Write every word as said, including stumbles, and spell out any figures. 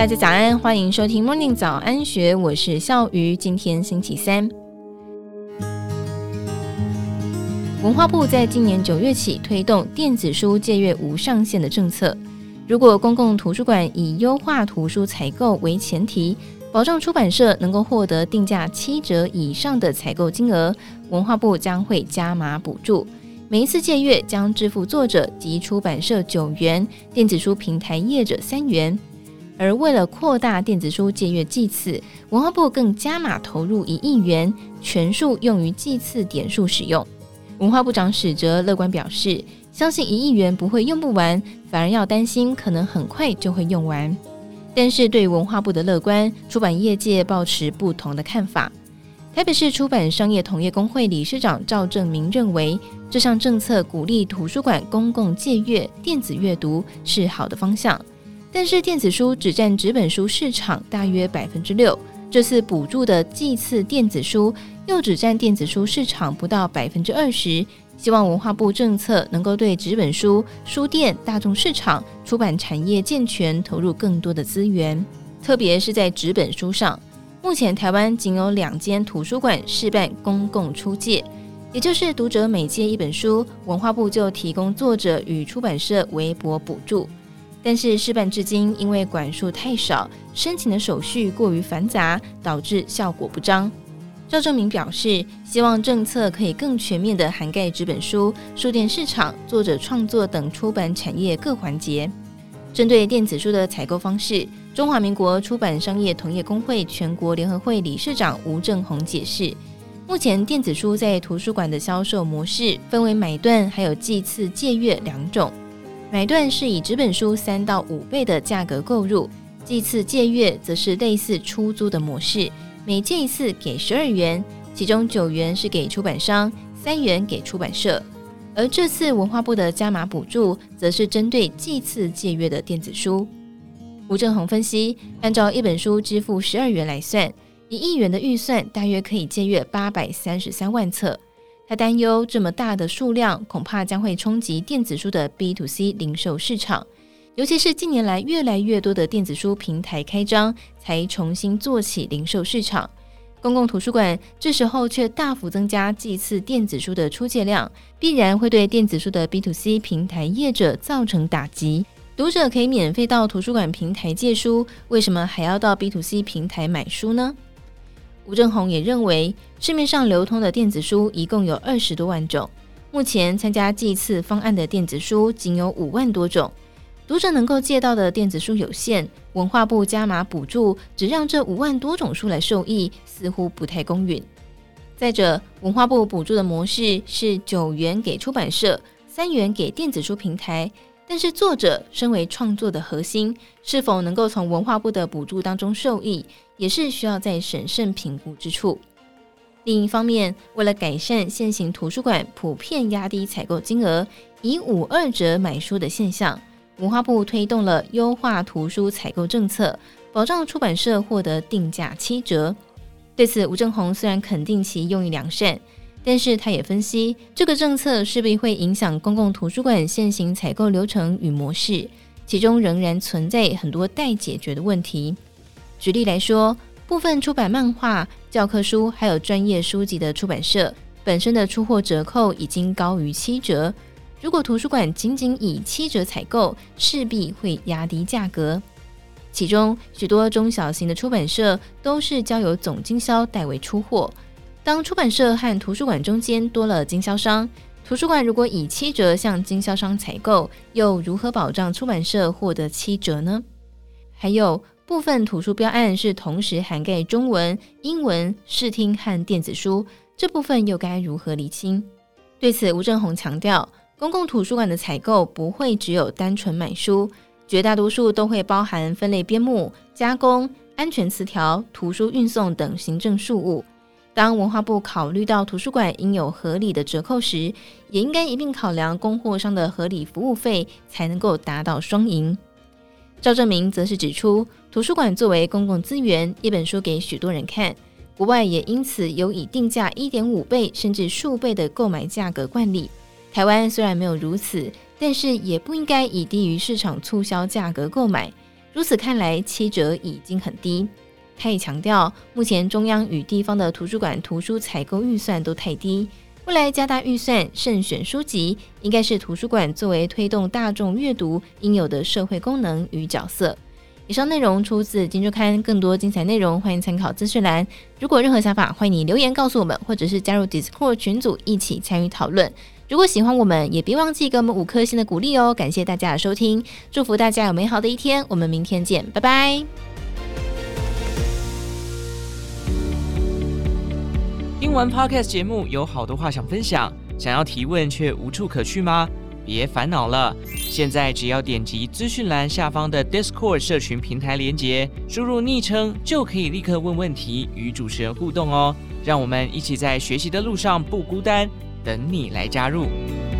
大家早安，欢迎收听 Morning 早安学，我是笑瑜。今天星期三，文化部在今年九月起推动电子书借阅无上限的政策。如果公共图书馆以优化图书采购为前提，保障出版社能够获得定价七折以上的采购金额，文化部将会加码补助。每一次借阅将支付作者及出版社九元，电子书平台业者三元。而为了扩大电子书借阅季次，文化部更加码投入一亿元，全数用于季次点数使用。文化部长史哲乐观表示，相信一亿元不会用不完，反而要担心可能很快就会用完。但是对文化部的乐观，出版业界抱持不同的看法。台北市出版商业同业公会理事长赵正明认为，这项政策鼓励图书馆公共借阅、电子阅读是好的方向，但是电子书只占纸本书市场大约 百分之六， 这次补助的季次电子书又只占电子书市场不到 百分之二十， 希望文化部政策能够对纸本书、书店、大众市场、出版产业健全投入更多的资源，特别是在纸本书上。目前台湾仅有两间图书馆试办公共出借，也就是读者每借一本书，文化部就提供作者与出版社微薄补助。但是试办至今，因为管数太少，申请的手续过于繁杂，导致效果不彰。赵正明表示，希望政策可以更全面地涵盖纸本书、书店市场、作者创作等出版产业各环节。针对电子书的采购方式，中华民国出版商业同业公会全国联合会理事长吴正宏解释，目前电子书在图书馆的销售模式分为买断还有季次借阅两种。买断是以纸本书三到五倍的价格购入，季次借阅则是类似出租的模式，每借一次给十二元，其中九元是给出版商，三元给出版社。而这次文化部的加码补助则是针对季次借阅的电子书。吴正宏分析，按照一本书支付十二元来算，一亿元的预算大约可以借阅八百三十三万册。他担忧这么大的数量恐怕将会冲击电子书的 B to C 零售市场，尤其是近年来越来越多的电子书平台开张，才重新做起零售市场。公共图书馆这时候却大幅增加季次电子书的出借量，必然会对电子书的 B to C 平台业者造成打击。读者可以免费到图书馆平台借书，为什么还要到 B to C 平台买书呢？吴正宏也认为，市面上流通的电子书一共有二十多万种，目前参加季次方案的电子书仅有五万多种，读者能够借到的电子书有限，文化部加码补助只让这五万多种书来受益，似乎不太公允。再者，文化部补助的模式是九元给出版社，三元给电子书平台，但是作者身为创作的核心，是否能够从文化部的补助当中受益，也是需要再审慎评估之处。另一方面，为了改善现行图书馆普遍压低采购金额，以五二折买书的现象，文化部推动了优化图书采购政策，保障出版社获得定价七折。对此，吴正宏虽然肯定其用意良善，但是他也分析，这个政策势必会影响公共图书馆现行采购流程与模式，其中仍然存在很多待解决的问题。举例来说，部分出版漫画、教科书还有专业书籍的出版社本身的出货折扣已经高于七折，如果图书馆仅仅以七折采购，势必会压低价格。其中许多中小型的出版社都是交由总经销代为出货，当出版社和图书馆中间多了经销商，图书馆如果以七折向经销商采购，又如何保障出版社获得七折呢？还有部分图书标案是同时涵盖中文、英文、视听和电子书，这部分又该如何厘清？对此，吴正宏强调，公共图书馆的采购不会只有单纯买书，绝大多数都会包含分类编目、加工、安全词条、图书运送等行政事务。当文化部考虑到图书馆应有合理的折扣时，也应该一并考量供货商的合理服务费，才能够达到双赢。赵正明则是指出，图书馆作为公共资源，一本书给许多人看，国外也因此有以定价 一点五倍甚至数倍的购买价格惯例。台湾虽然没有如此，但是也不应该以低于市场促销价格购买。 如此看来，七折已经很低。他也强调，目前中央与地方的图书馆图书采购预算都太低，未来加大预算慎选书籍，应该是图书馆作为推动大众阅读应有的社会功能与角色。以上内容出自《今周刊》，更多精彩内容欢迎参考资讯栏。如果有任何想法，欢迎你留言告诉我们，或者是加入 Discord 群组一起参与讨论。如果喜欢我们，也别忘记给我们五颗星的鼓励哦！感谢大家的收听，祝福大家有美好的一天，我们明天见，拜拜。 听完 Podcast 节目，有好多话想分享，想要提问却无处可去吗？别烦恼了，现在只要点击资讯栏下方的 Discord 社群平台连结，输入昵称就可以立刻问问题，与主持人互动哦。让我们一起在学习的路上不孤单，等你来加入。